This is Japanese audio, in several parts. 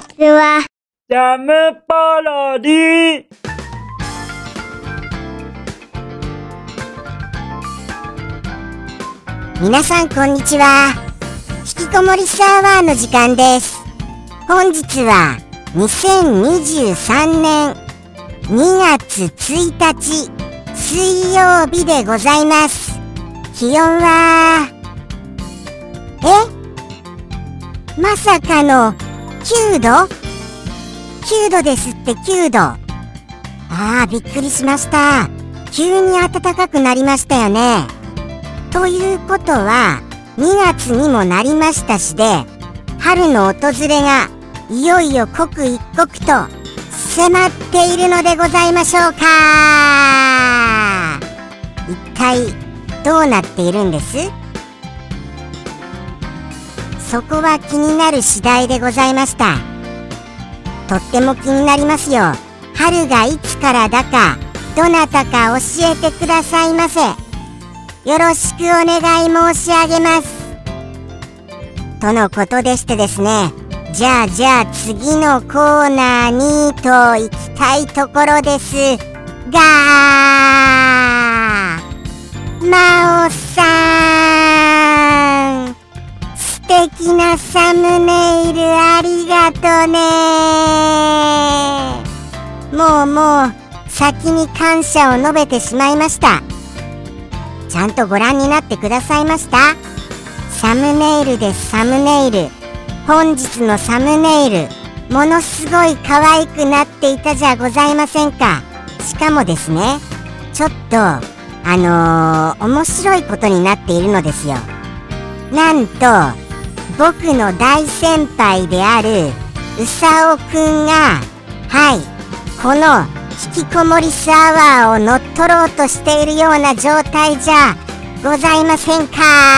ちは。 ジャムパロディ。 皆さんこんにちは。引きこもりスアワーの時間です。本日は2023年2月1日水曜日でございます。気温はまさかの9度 ?9 度ですって。9度。びっくりしました。急に暖かくなりましたよね。ということは2月にもなりましたしで、春の訪れがいよいよ刻一刻と迫っているのでございましょうか。一体どうなっているんです？そこは気になる次第でございました。とっても気になりますよ。春がいつからだかどなたか教えてくださいませ。よろしくお願い申し上げます。とのことでしてですね、じゃあ次のコーナーにと行きたいところですが、まおさん、素敵なサムネイルありがとね。もう先に感謝を述べてしまいました。ちゃんとご覧になってくださいました？サムネイルです。サムネイル。本日のサムネイル、ものすごい可愛くなっていたじゃございませんか。しかもですね、ちょっと面白いことになっているのですよ。なんと僕の大先輩であるうさおくんが、この引きこもりスアワーを乗っ取ろうとしているような状態じゃございません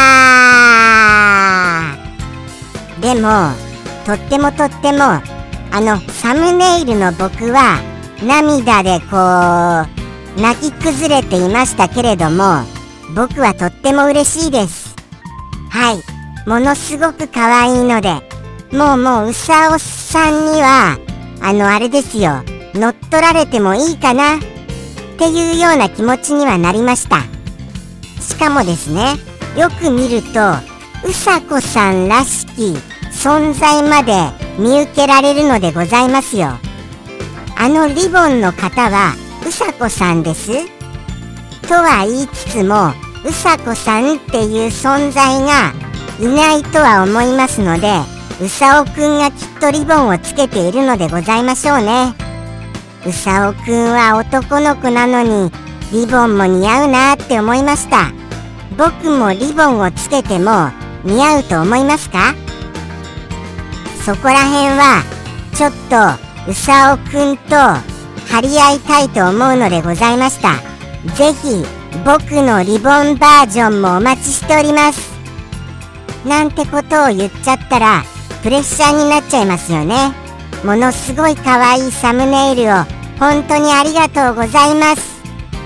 か。でもとってもサムネイルの僕は涙で泣き崩れていましたけれども、僕はとっても嬉しいです。ものすごく可愛いので、もううさおさんにはあれですよ、乗っ取られてもいいかなっていうような気持ちにはなりました。しかもですね、よく見るとうさこさんらしき存在まで見受けられるのでございますよ。リボンの方はうさこさんですとは言いつつも、うさこさんっていう存在がいないとは思いますので、うさおくんがきっとリボンをつけているのでございましょうね。うさおくんは男の子なのにリボンも似合うなって思いました。僕もリボンをつけても似合うと思いますか？そこら辺はちょっとうさおくんと張り合いたいと思うのでございました。ぜひ僕のリボンバージョンもお待ちしております。なんてことを言っちゃったらプレッシャーになっちゃいますよね。ものすごい可愛いサムネイルを本当にありがとうございます。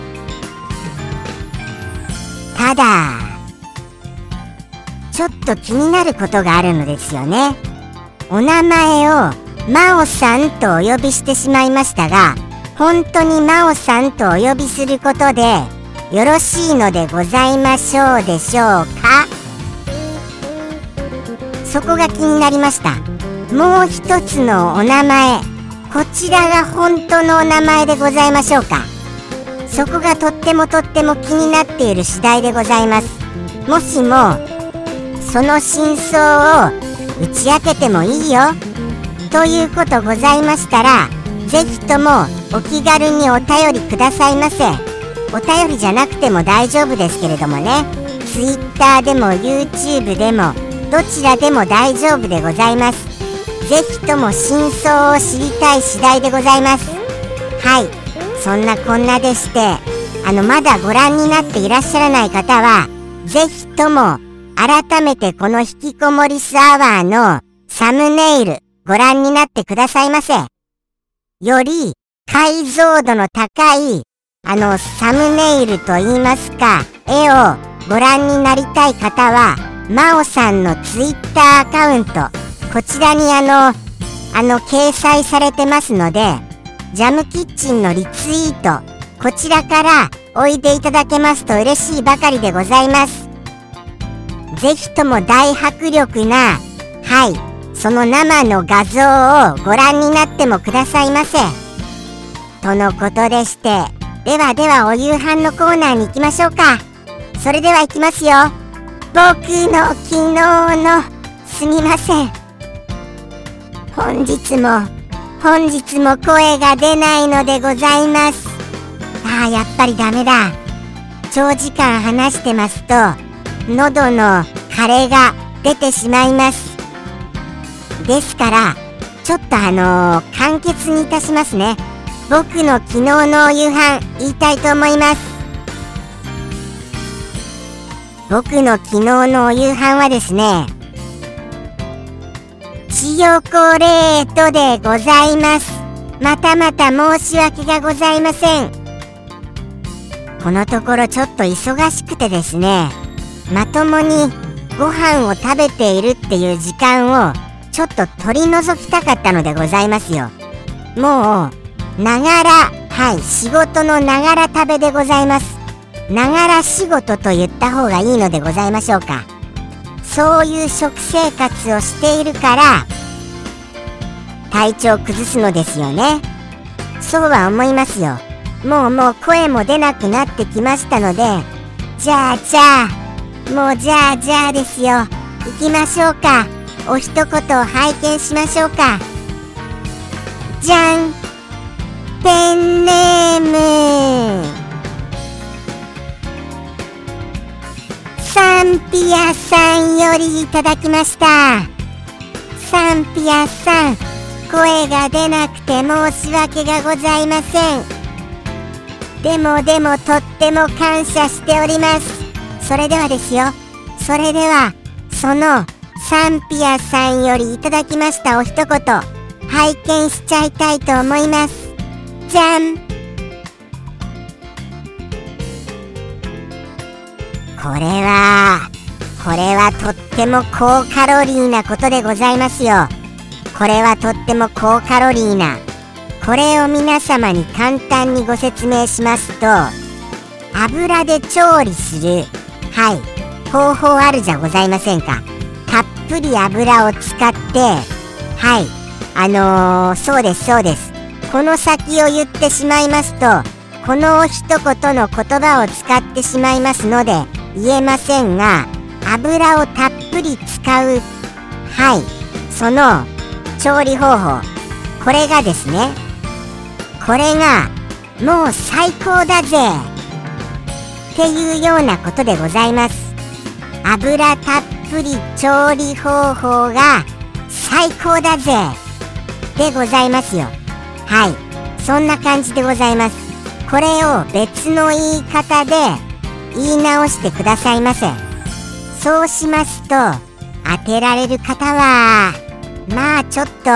ただちょっと気になることがあるのですよね。お名前をまおさんとお呼びしてしまいましたが、本当にまおさんとお呼びすることでよろしいのでございましょうでしょうか。そこが気になりました。もう一つのお名前、こちらが本当のお名前でございましょうか。そこがとっても気になっている次第でございます。もしもその真相を打ち明けてもいいよということございましたら、ぜひともお気軽にお便りくださいませ。お便りじゃなくても大丈夫ですけれどもね、Twitter でも YouTube でもどちらでも大丈夫でございます。ぜひとも真相を知りたい次第でございます。そんなこんなでして、まだご覧になっていらっしゃらない方はぜひとも改めてこの引きこもりスアワーのサムネイルご覧になってくださいませ。より解像度の高いサムネイルといいますか、絵をご覧になりたい方はまおさんのツイッターアカウント、こちらに掲載されてますので、ジャムキッチンのリツイート、こちらからおいでいただけますと嬉しいばかりでございます。ぜひとも大迫力な、その生の画像をご覧になってもくださいませ。とのことでして、ではお夕飯のコーナーに行きましょうか。それでは行きますよ。僕の昨日の、すみません。本日も声が出ないのでございます。やっぱりダメだ。長時間話してますと喉の腫れが出てしまいます。ですからちょっと簡潔にいたしますね。僕の昨日のお夕飯言いたいと思います。僕の昨日のお夕飯はですね、チヨコレートでございます。また申し訳がございません。このところちょっと忙しくてですね、まともにご飯を食べているっていう時間をちょっと取り除きたかったのでございますよ。もうながら、仕事のながら食べでございます。ながら仕事と言った方がいいのでございましょうか。そういう食生活をしているから体調崩すのですよね。そうは思いますよ。もう声も出なくなってきましたので、じゃあですよ。行きましょうか。お一言を拝見しましょうか。じゃん、ペンネームサンピアさんよりいただきました。サンピアさん、声が出なくて申し訳がございません。でもとっても感謝しております。それではですよ、そのサンピアさんよりいただきましたお一言拝見しちゃいたいと思います。じゃん。これはとっても高カロリーなことでございますよ。これはとっても高カロリーな、これを皆様に簡単にご説明しますと、油で調理する方法あるじゃございませんか。たっぷり油を使ってそうです。この先を言ってしまいますと、この一言の言葉を使ってしまいますので言えませんが、油をたっぷり使うその調理方法、これがですね、これがもう最高だぜっていうようなことでございます。油たっぷり調理方法が最高だぜでございますよ。そんな感じでございます。これを別の言い方で言い直してくださいませ。そうしますと当てられる方はちょっと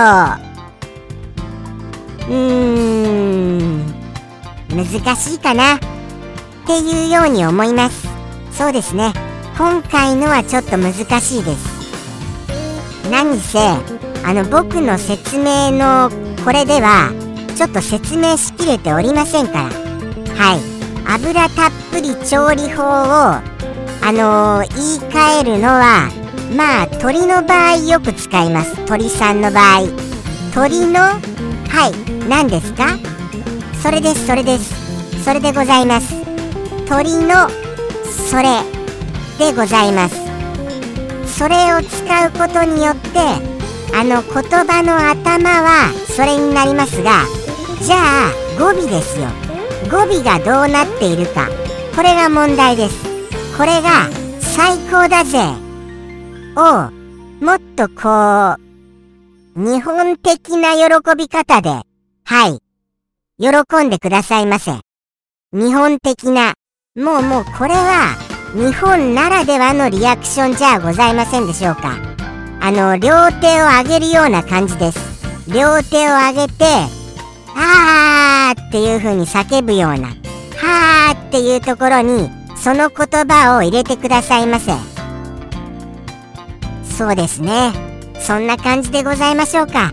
難しいかなっていうように思います。そうですね、今回のはちょっと難しいです。何せ僕の説明のこれではちょっと説明しきれておりませんから。油たっぷり調理法を言い換えるのは鳥の場合よく使います。鳥さんの場合、鳥の何ですか。それです。それでございます。鳥のそれでございます。それを使うことによって言葉の頭はそれになりますが、じゃあ語尾ですよ。語尾がどうなっているか、これが問題です。これが最高だぜをもっと日本的な喜び方で喜んでくださいませ。日本的な、もうこれは日本ならではのリアクションじゃございませんでしょうか。両手を上げるような感じです。両手を上げてあーっていう風に叫ぶような、はーっていうところにその言葉を入れてくださいませ。そうですね、そんな感じでございましょうか。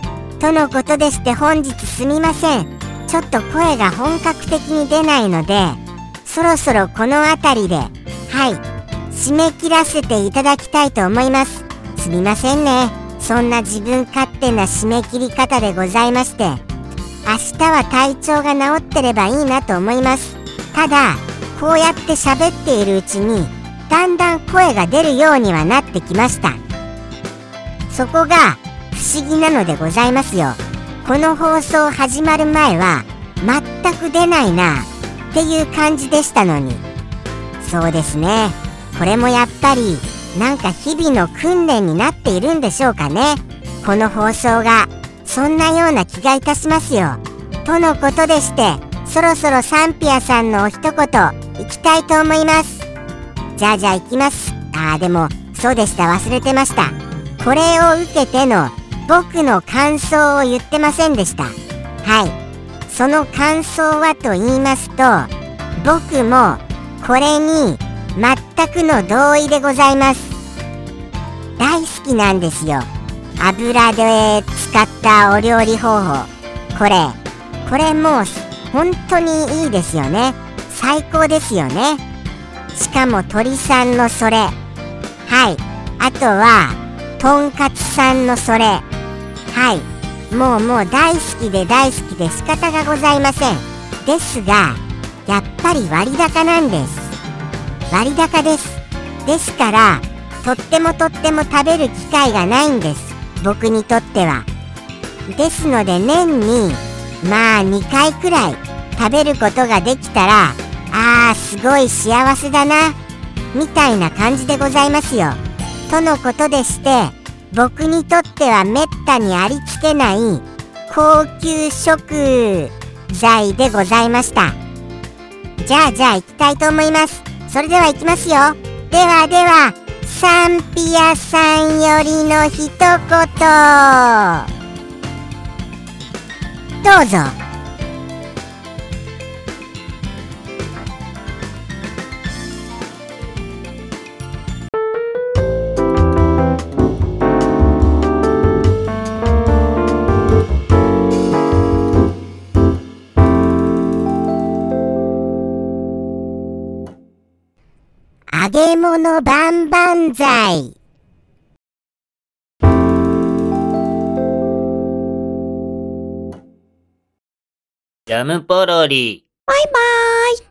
とのことでして本日すみません。ちょっと声が本格的に出ないので、そろそろこの辺りで、締め切らせていただきたいと思います。すみませんね。そんな自分勝手な締め切り方でございまして、明日は体調が治ってればいいなと思います。ただ、こうやって喋っているうちに、だんだん声が出るようにはなってきました。そこが不思議なのでございますよ。この放送始まる前は全く出ないなっていう感じでしたのに。そうですね。これもやっぱりなんか日々の訓練になっているんでしょうかね。この放送がそんなような気がいたしますよ。とのことでして、そろそろサンピアさんのお一言いきたいと思います。じゃあ行きます。でもそうでした、忘れてました。これを受けての僕の感想を言ってませんでした。その感想はと言いますと、僕もこれに全くの同意でございます。大好きなんですよ、油で使ったお料理方法。これもう本当にいいですよね。最高ですよね。しかも鳥さんのそれ、あとはとんかつさんのそれ、もう大好きで仕方がございません。ですがやっぱり割高なんです。割高です。ですからとっても食べる機会がないんです、僕にとっては。ですので年に2回くらい食べることができたら、すごい幸せだなみたいな感じでございますよ。とのことでして、僕にとってはめったにありつけない高級食材でございました。じゃあ行きたいと思います。それでは行きますよ。ではサンピアさんよりの一言どうぞ。揚げ物バンバンザイ。 ジャムポロリ。 バイバーイ。